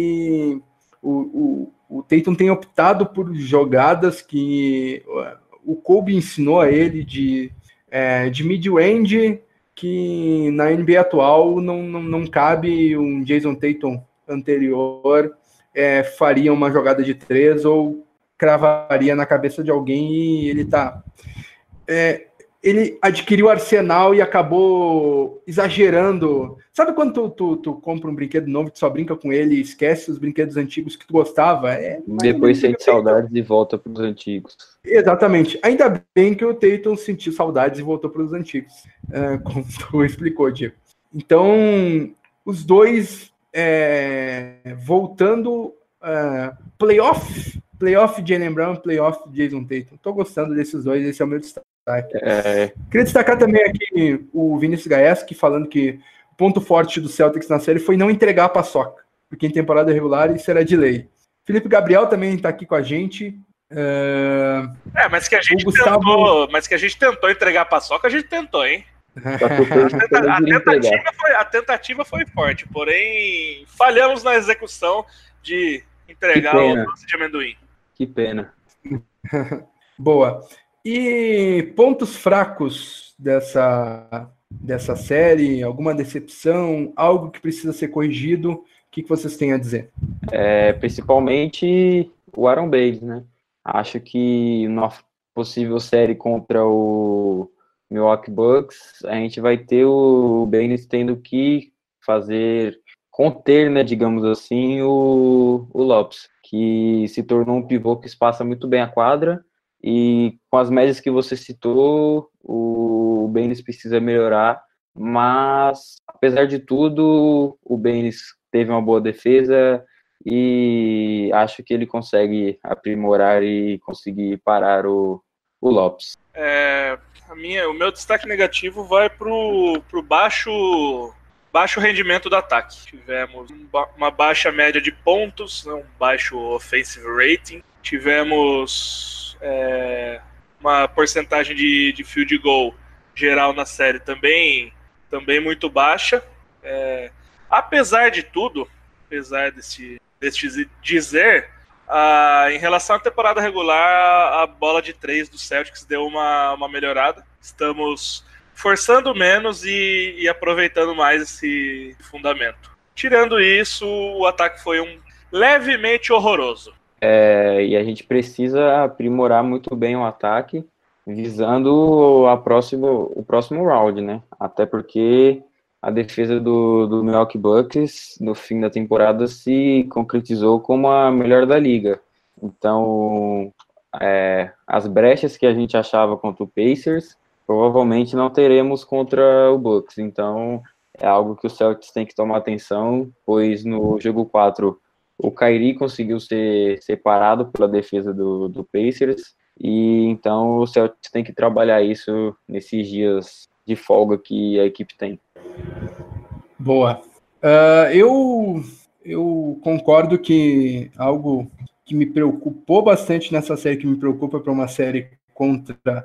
o Tatum tem optado por jogadas que o Kobe ensinou a ele de mid-range, que na NBA atual não cabe. Um Jason Tatum anterior faria uma jogada de 3 ou cravaria na cabeça de alguém, e ele adquiriu o arsenal e acabou exagerando. Sabe quando tu compra um brinquedo novo, tu só brinca com ele e esquece os brinquedos antigos que tu gostava? Depois sente saudades e volta para os antigos. Exatamente. Ainda bem que o Tatum sentiu saudades e voltou para os antigos, como tu explicou, Diego. Então, os dois voltando, playoff Jaylen Brown, playoff Jason Tatum. Tô gostando desses dois, esse é o meu destaque. Queria destacar também aqui o Vinícius Gaeski falando que o ponto forte do Celtics na série foi não entregar a paçoca, porque em temporada regular isso era de lei. Felipe Gabriel também está aqui com a gente. Mas que a gente tentou entregar a paçoca, a gente tentou, hein? A tentativa foi forte, porém falhamos na execução de entregar o doce de amendoim. Que pena. Boa. E pontos fracos dessa série? Alguma decepção? Algo que precisa ser corrigido? O que vocês têm a dizer? Principalmente o Aaron Baines, né? Acho que numa possível série contra o Milwaukee Bucks, a gente vai ter o Baines tendo que conter, né, digamos assim, o Lopes, que se tornou um pivô que espaça muito bem a quadra, e com as médias que você citou, o Baines precisa melhorar, mas apesar de tudo, o Baines teve uma boa defesa e acho que ele consegue aprimorar e conseguir parar o Lopes. O meu destaque negativo vai pro baixo rendimento do ataque. Tivemos uma baixa média de pontos, um baixo offensive rating. Tivemos uma porcentagem de field goal geral na série também muito baixa. Apesar de tudo, apesar deste dizer, em relação à temporada regular, a bola de 3 do Celtics deu uma melhorada. Estamos forçando menos e aproveitando mais esse fundamento. Tirando isso, o ataque foi levemente horroroso. E a gente precisa aprimorar muito bem o ataque, visando o próximo round, né? Até porque a defesa do Milwaukee Bucks, no fim da temporada, se concretizou como a melhor da liga. Então, as brechas que a gente achava contra o Pacers, provavelmente não teremos contra o Bucks. Então, é algo que o Celtics tem que tomar atenção, pois no jogo 4, o Kyrie conseguiu ser separado pela defesa do Pacers, e então o Celtics tem que trabalhar isso nesses dias de folga que a equipe tem. Boa. Eu concordo que algo que me preocupou bastante nessa série, que me preocupa para uma série contra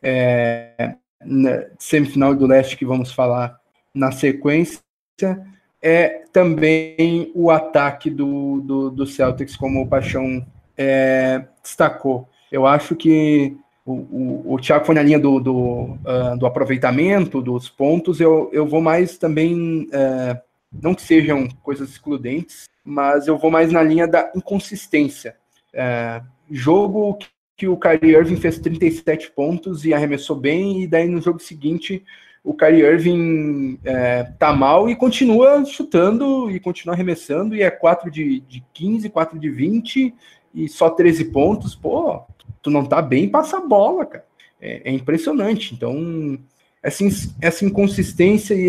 na semifinal do leste, que vamos falar na sequência, é também o ataque do Celtics, como o Paixão destacou. Eu acho que o Thiago foi na linha do aproveitamento, dos pontos. Eu vou mais também, não que sejam coisas excludentes, mas eu vou mais na linha da inconsistência. jogo que o Kyrie Irving fez 37 pontos e arremessou bem, e daí no jogo seguinte o Kyrie Irving tá mal e continua chutando e continua arremessando, e é 4 de 15, 4 de 20 e só 13 pontos. Pô, tu não tá bem, passa a bola, cara. É impressionante. Então, essa inconsistência e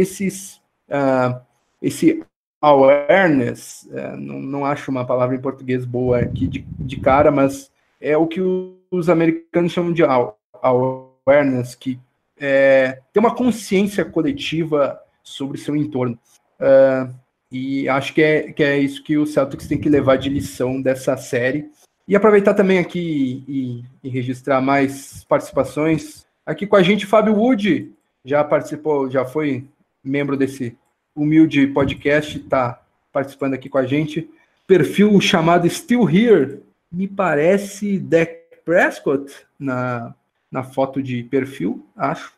esse awareness, não acho uma palavra em português boa aqui de cara, mas é o que os americanos chamam de awareness, que ter uma consciência coletiva sobre o seu entorno. E acho que é isso que o Celtics tem que levar de lição dessa série. E aproveitar também aqui e registrar mais participações. Aqui com a gente, Fábio Wood, já participou, já foi membro desse humilde podcast, está participando aqui com a gente. Perfil chamado Still Here, me parece Dak Prescott na foto de perfil, acho.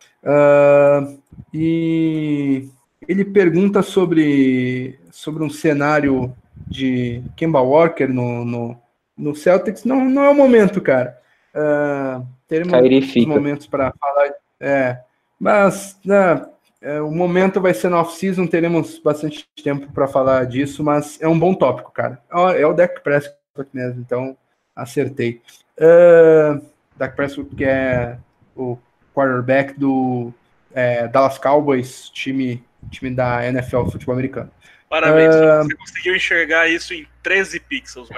E ele pergunta sobre um cenário de Kemba Walker no Celtics. Não é o momento, cara. Teremos momentos para falar. Mas o momento vai ser no off-season, teremos bastante tempo para falar disso, mas é um bom tópico, cara. É o Dak Prescott mesmo, então acertei. Dak Prescott, que é o quarterback do Dallas Cowboys, time da NFL, futebol americano. Parabéns, você conseguiu enxergar isso em 13 pixels.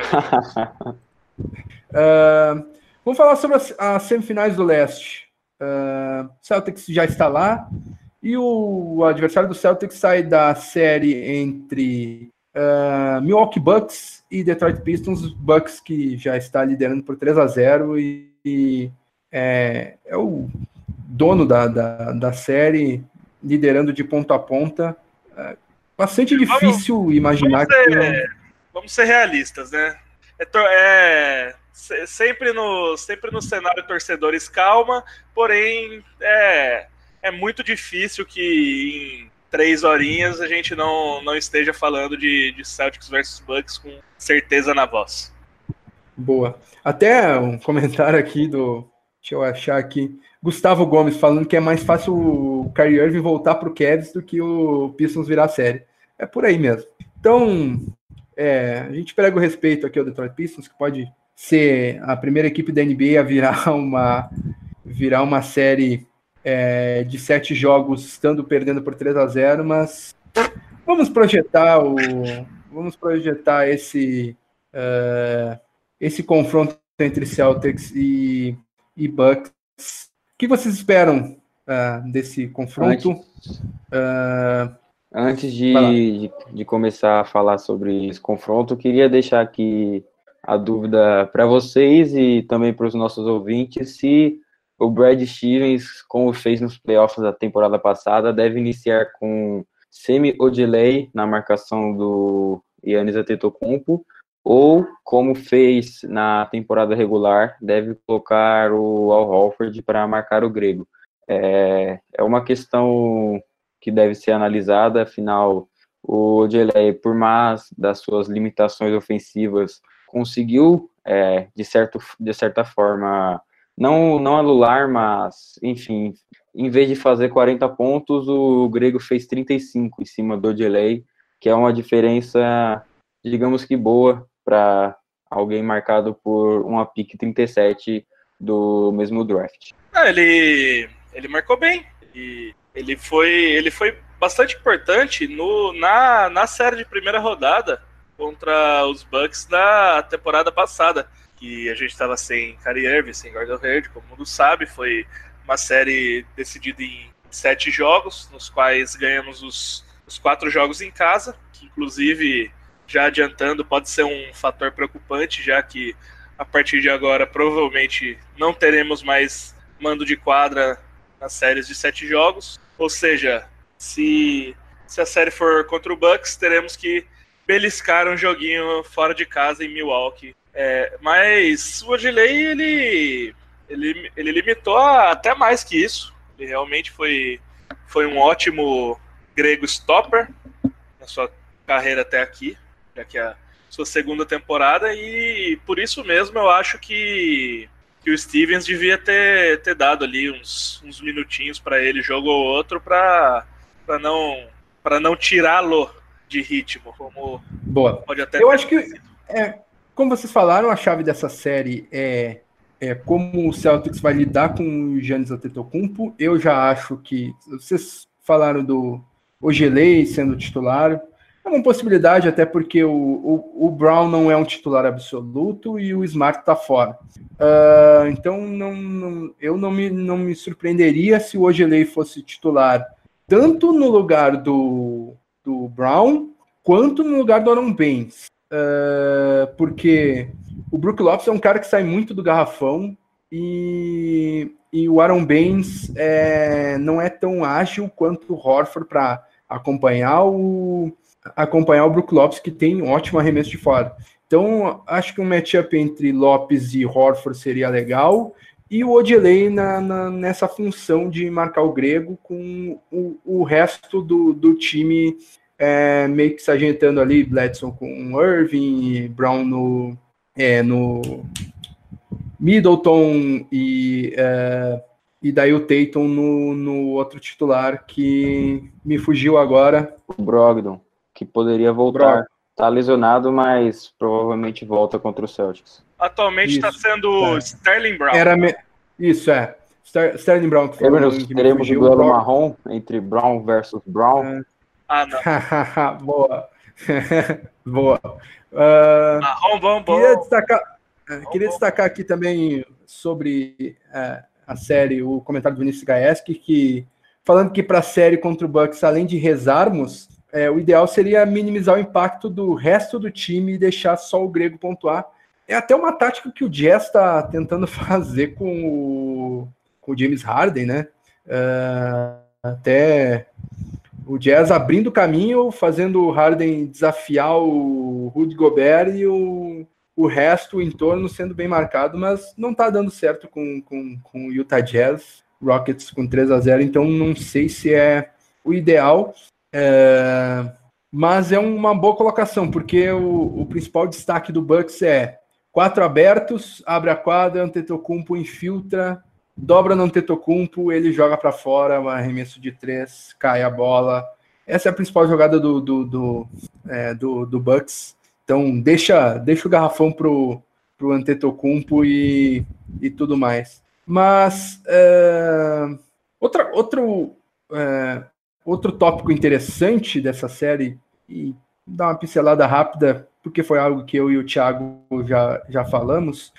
Vamos falar sobre as semifinais do leste. Celtics já está lá, e o adversário do Celtics sai da série entre Milwaukee Bucks e Detroit Pistons. Bucks que já está liderando por 3-0 e é o dono da série, liderando de ponta a ponta. Bastante difícil imaginar Vamos ser realistas, né? Sempre no cenário torcedores calma, porém é muito difícil que em 3 horinhas a gente não esteja falando de Celtics versus Bucks com certeza na voz. Boa. Até um comentário aqui deixa eu achar aqui, Gustavo Gomes falando que é mais fácil o Kyrie Irving voltar pro Cavs do que o Pistons virar a série. É por aí mesmo. Então, a gente prega o respeito aqui ao Detroit Pistons, que pode ser a primeira equipe da NBA a virar uma série de 7 jogos, estando perdendo por 3-0, mas vamos projetar esse confronto entre Celtics e Bucks. O que vocês esperam desse confronto? Antes de começar a falar sobre esse confronto, eu queria deixar aqui a dúvida para vocês e também para os nossos ouvintes, se o Brad Stevens, como fez nos playoffs da temporada passada, deve iniciar com Semi Ojeleye na marcação do Giannis Antetokounmpo, ou, como fez na temporada regular, deve colocar o Al Horford para marcar o grego. É uma questão que deve ser analisada, afinal, o Ojeleye, por mais das suas limitações ofensivas, conseguiu, de certa forma, não anular, mas, enfim, em vez de fazer 40 pontos, o grego fez 35 em cima do Ojeleye, que é uma diferença, digamos que boa, para alguém marcado por uma pick 37 do mesmo draft. Ele marcou bem, e ele foi bastante importante na série de primeira rodada contra os Bucks da temporada passada, que a gente estava sem Kyrie Irving, sem Gordon Hayward, como todo mundo sabe. Foi uma série decidida em 7 jogos, nos quais ganhamos os 4 jogos em casa, que inclusive, já adiantando, pode ser um fator preocupante, já que a partir de agora provavelmente não teremos mais mando de quadra nas séries de 7 jogos. Ou seja, se a série for contra o Bucks, teremos que beliscar um joguinho fora de casa em Milwaukee. Mas o Ojeleye, ele limitou até mais que isso. Ele realmente foi um ótimo grego stopper na sua carreira até aqui, já que sua segunda temporada, e por isso mesmo eu acho que o Stevens devia ter dado ali uns minutinhos para ele, jogo ou outro, para não tirá-lo de ritmo, como Boa. pode até Eu acho que, como vocês falaram, a chave dessa série é como o Celtics vai lidar com o Giannis Antetokounmpo. Eu já acho que, vocês falaram do Ojeley sendo titular, é uma possibilidade, até porque o Brown não é um titular absoluto e o Smart está fora. Então, eu não me surpreenderia se o Ojeley fosse titular tanto no lugar do Brown quanto no lugar do Aaron Baines. Porque o Brook Lopes é um cara que sai muito do garrafão e o Aaron Baines não é tão ágil quanto o Horford para acompanhar o Brook Lopes, que tem um ótimo arremesso de fora. Então, acho que um matchup entre Lopes e Horford seria legal, e o Ojeley nessa função de marcar o grego, com o resto do time meio que se ajeitando ali, Bledsoe com o Irving, Brown no Middleton e daí o Tatum no outro titular, que me fugiu agora. O Brogdon, que poderia voltar. Tá lesionado, mas provavelmente volta contra o Celtics. Atualmente está sendo Sterling Brown. Sterling Brown. Que teremos o duelo marrom entre Brown versus Brown. Não. Boa. Boa. Marrom, bom. Queria destacar aqui também sobre a série, o comentário do Vinícius Gaeski, que falando que para a série contra o Bucks, além de rezarmos, o ideal seria minimizar o impacto do resto do time e deixar só o grego pontuar. É até uma tática que o Jazz está tentando fazer com o James Harden, né? Até o Jazz abrindo caminho, fazendo o Harden desafiar o Rudy Gobert e o resto, o entorno sendo bem marcado, mas não está dando certo com o Utah Jazz, Rockets com 3-0, então não sei se é o ideal. Mas é uma boa colocação, porque o principal destaque do Bucks é 4 abertos, abre a quadra, Antetokounmpo infiltra, dobra no Antetokounmpo, ele joga para fora, um arremesso de 3, cai a bola. Essa é a principal jogada do Bucks. Então deixa o garrafão pro Antetokounmpo e tudo mais. Mas outro tópico interessante dessa série, e dar uma pincelada rápida, porque foi algo que eu e o Thiago já falamos,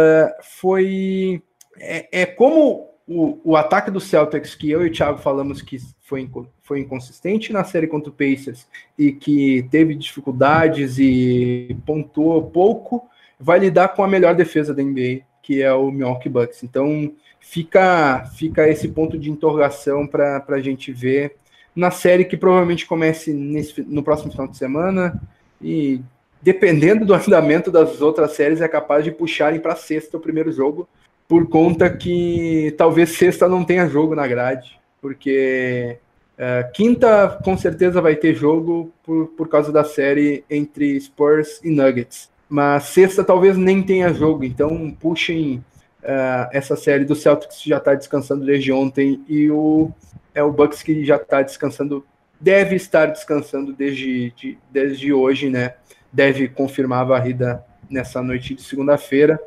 foi como o ataque do Celtics, que eu e o Thiago falamos que foi inconsistente na série contra o Pacers e que teve dificuldades e pontuou pouco, vai lidar com a melhor defesa da NBA, que é o Milwaukee Bucks. Então fica esse ponto de interrogação para a gente ver na série, que provavelmente comece no próximo final de semana, e dependendo do andamento das outras séries, é capaz de puxarem para sexta o primeiro jogo, por conta que talvez sexta não tenha jogo na grade, porque quinta com certeza vai ter jogo por causa da série entre Spurs e Nuggets, mas sexta talvez nem tenha jogo, então puxem essa série do Celtics, que já está descansando desde ontem, e o Bucks, que já está descansando, deve estar descansando desde hoje, né? Deve confirmar a varrida nessa noite de segunda-feira.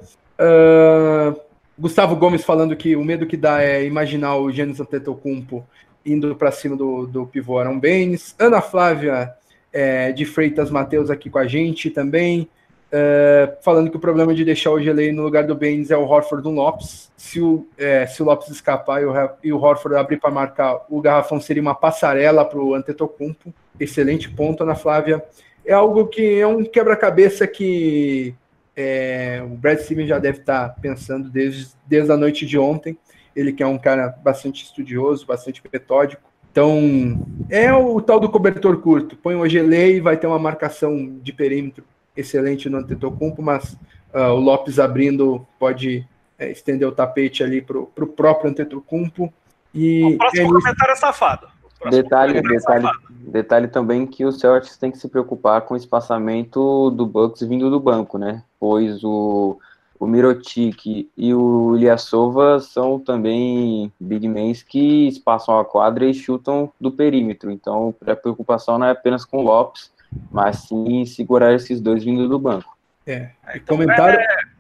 Gustavo Gomes falando que o medo que dá é imaginar o Giannis Antetokounmpo indo para cima do pivô Aaron Baines. Ana Flávia de Freitas Mateus aqui com a gente também, falando que o problema de deixar o Ojeley no lugar do Baines é o Horford do Lopes. Se o Lopes escapar e o Horford abrir para marcar, o garrafão seria uma passarela para o Antetokounmpo. Excelente ponto, Ana Flávia. É algo que é um quebra-cabeça que o Brad Stevens já deve estar pensando desde a noite de ontem. Ele que é um cara bastante estudioso, bastante metódico. Então, é o tal do cobertor curto. Põe o Ojeley, vai ter uma marcação de perímetro excelente no Antetokounmpo, mas o Lopes abrindo pode estender o tapete ali para o próprio Antetokounmpo. O próximo comentário é safado. Detalhe também que o Celtics tem que se preocupar com o espaçamento do Bucks vindo do banco, né? Pois o Mirotic e o Ilyasova são também big men que espaçam a quadra e chutam do perímetro. Então, a preocupação não é apenas com o Lopes, mas sim segurar esses dois vindo do banco. Então, comentário...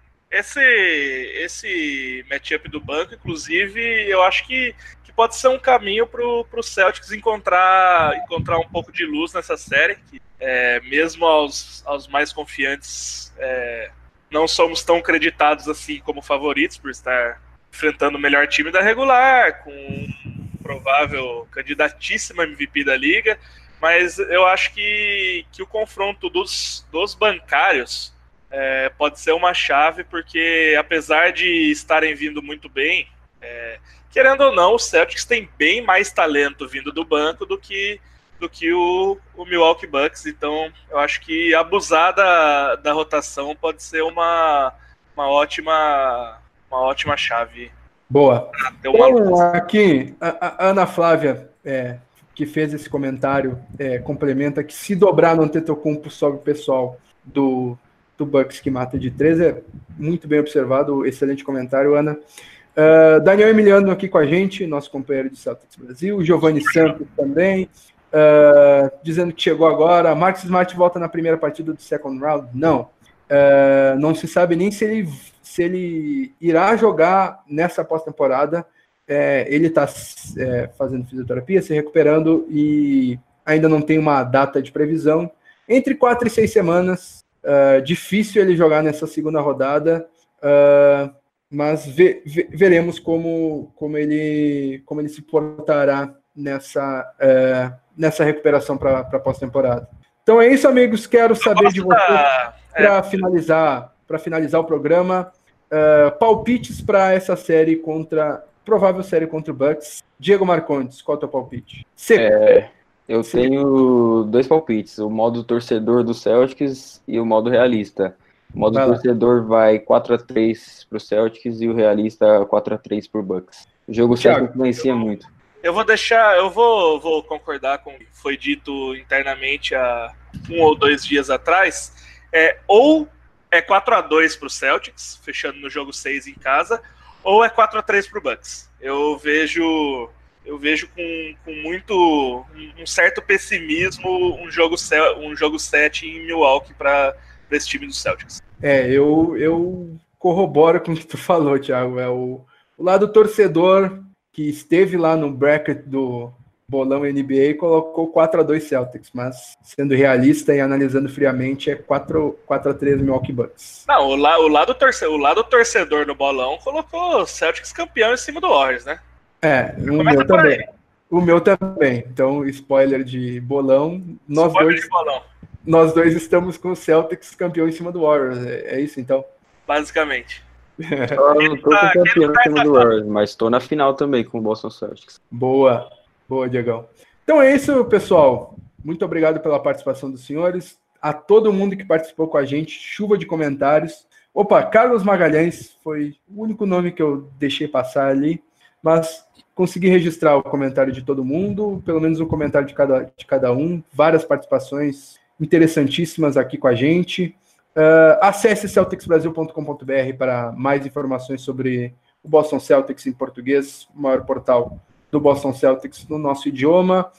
Esse matchup do banco, inclusive, eu acho que pode ser um caminho para o Celtics encontrar um pouco de luz nessa série. Que, mesmo aos mais confiantes, não somos tão creditados assim como favoritos por estar enfrentando o melhor time da regular, com um provável candidatíssimo MVP da liga. Mas eu acho que o confronto dos bancários pode ser uma chave, porque apesar de estarem vindo muito bem, querendo ou não, o Celtics tem bem mais talento vindo do banco do que o Milwaukee Bucks. Então eu acho que abusar da rotação pode ser uma ótima chave. Boa. Então, aqui a Ana Flávia, que fez esse comentário, complementa que se dobrar no Antetokounmpo sobe o pessoal do Bucks que mata de 3, muito bem observado, excelente comentário, Ana. Daniel Emiliano aqui com a gente, nosso companheiro de Celtics Brasil, Giovanni Santos também, dizendo que chegou agora. Marcus Smart volta na primeira partida do second round? Não. Não se sabe nem se ele irá jogar nessa pós-temporada. Ele está fazendo fisioterapia, se recuperando e ainda não tem uma data de previsão. Entre 4 e 6 semanas. Difícil ele jogar nessa segunda rodada, mas veremos como ele se portará nessa recuperação para a pós-temporada. Então é isso, amigos. Quero saber de vocês, para finalizar o programa, palpites para essa provável série contra o Bucks. Diego Marcondes, qual é o teu palpite? Eu tenho 2 palpites, o modo torcedor do Celtics e o modo realista. O modo torcedor vai 4-3 pro Celtics e o realista 4-3 pro Bucks. O jogo certo influencia muito. Eu vou concordar com o que foi dito internamente há 1 ou 2 dias atrás. Ou é 4-2 pro Celtics, fechando no jogo 6 em casa, ou é 4-3 pro Bucks. Eu vejo com muito um certo pessimismo um jogo 7 em Milwaukee para esse time do Celtics. Eu corroboro com o que tu falou, Thiago. O lado torcedor que esteve lá no bracket do bolão NBA colocou 4-2 Celtics, mas sendo realista e analisando friamente, é 4-3 Milwaukee Bucks. Não, o lado torcedor no bolão colocou Celtics campeão em cima do Warriors, né? O meu também. Então, spoiler de bolão. Nós dois estamos com o Celtics campeão em cima do Warriors. É isso, então? Basicamente. Eu não tô com campeão em cima do Warriors, mas tô na final também com o Boston Celtics. Boa, Diegão. Então é isso, pessoal. Muito obrigado pela participação dos senhores. A todo mundo que participou com a gente, chuva de comentários. Carlos Magalhães foi o único nome que eu deixei passar ali, mas consegui registrar o comentário de todo mundo, pelo menos um comentário de cada um, várias participações interessantíssimas aqui com a gente. Acesse celticsbrasil.com.br para mais informações sobre o Boston Celtics em português, o maior portal do Boston Celtics no nosso idioma.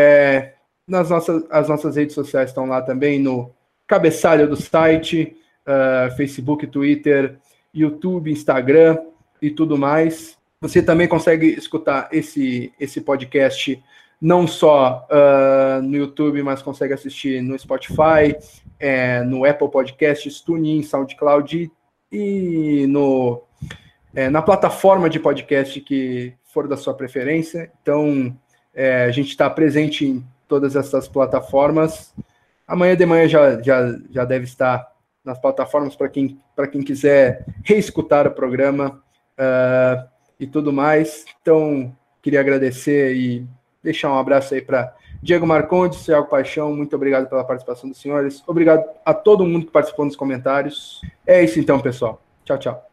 As nossas redes sociais estão lá também no cabeçalho do site, Facebook, Twitter, YouTube, Instagram e tudo mais. Você também consegue escutar esse podcast não só no YouTube, mas consegue assistir no Spotify, no Apple Podcasts, TuneIn, SoundCloud e na plataforma de podcast que for da sua preferência. Então, a gente está presente em todas essas plataformas. Amanhã de manhã já deve estar nas plataformas para quem quiser reescutar o programa e tudo mais. Então, queria agradecer e deixar um abraço aí para Diego Marcondes, Thiago Paixão. Muito obrigado pela participação dos senhores. Obrigado a todo mundo que participou nos comentários. É isso então, pessoal. Tchau, tchau.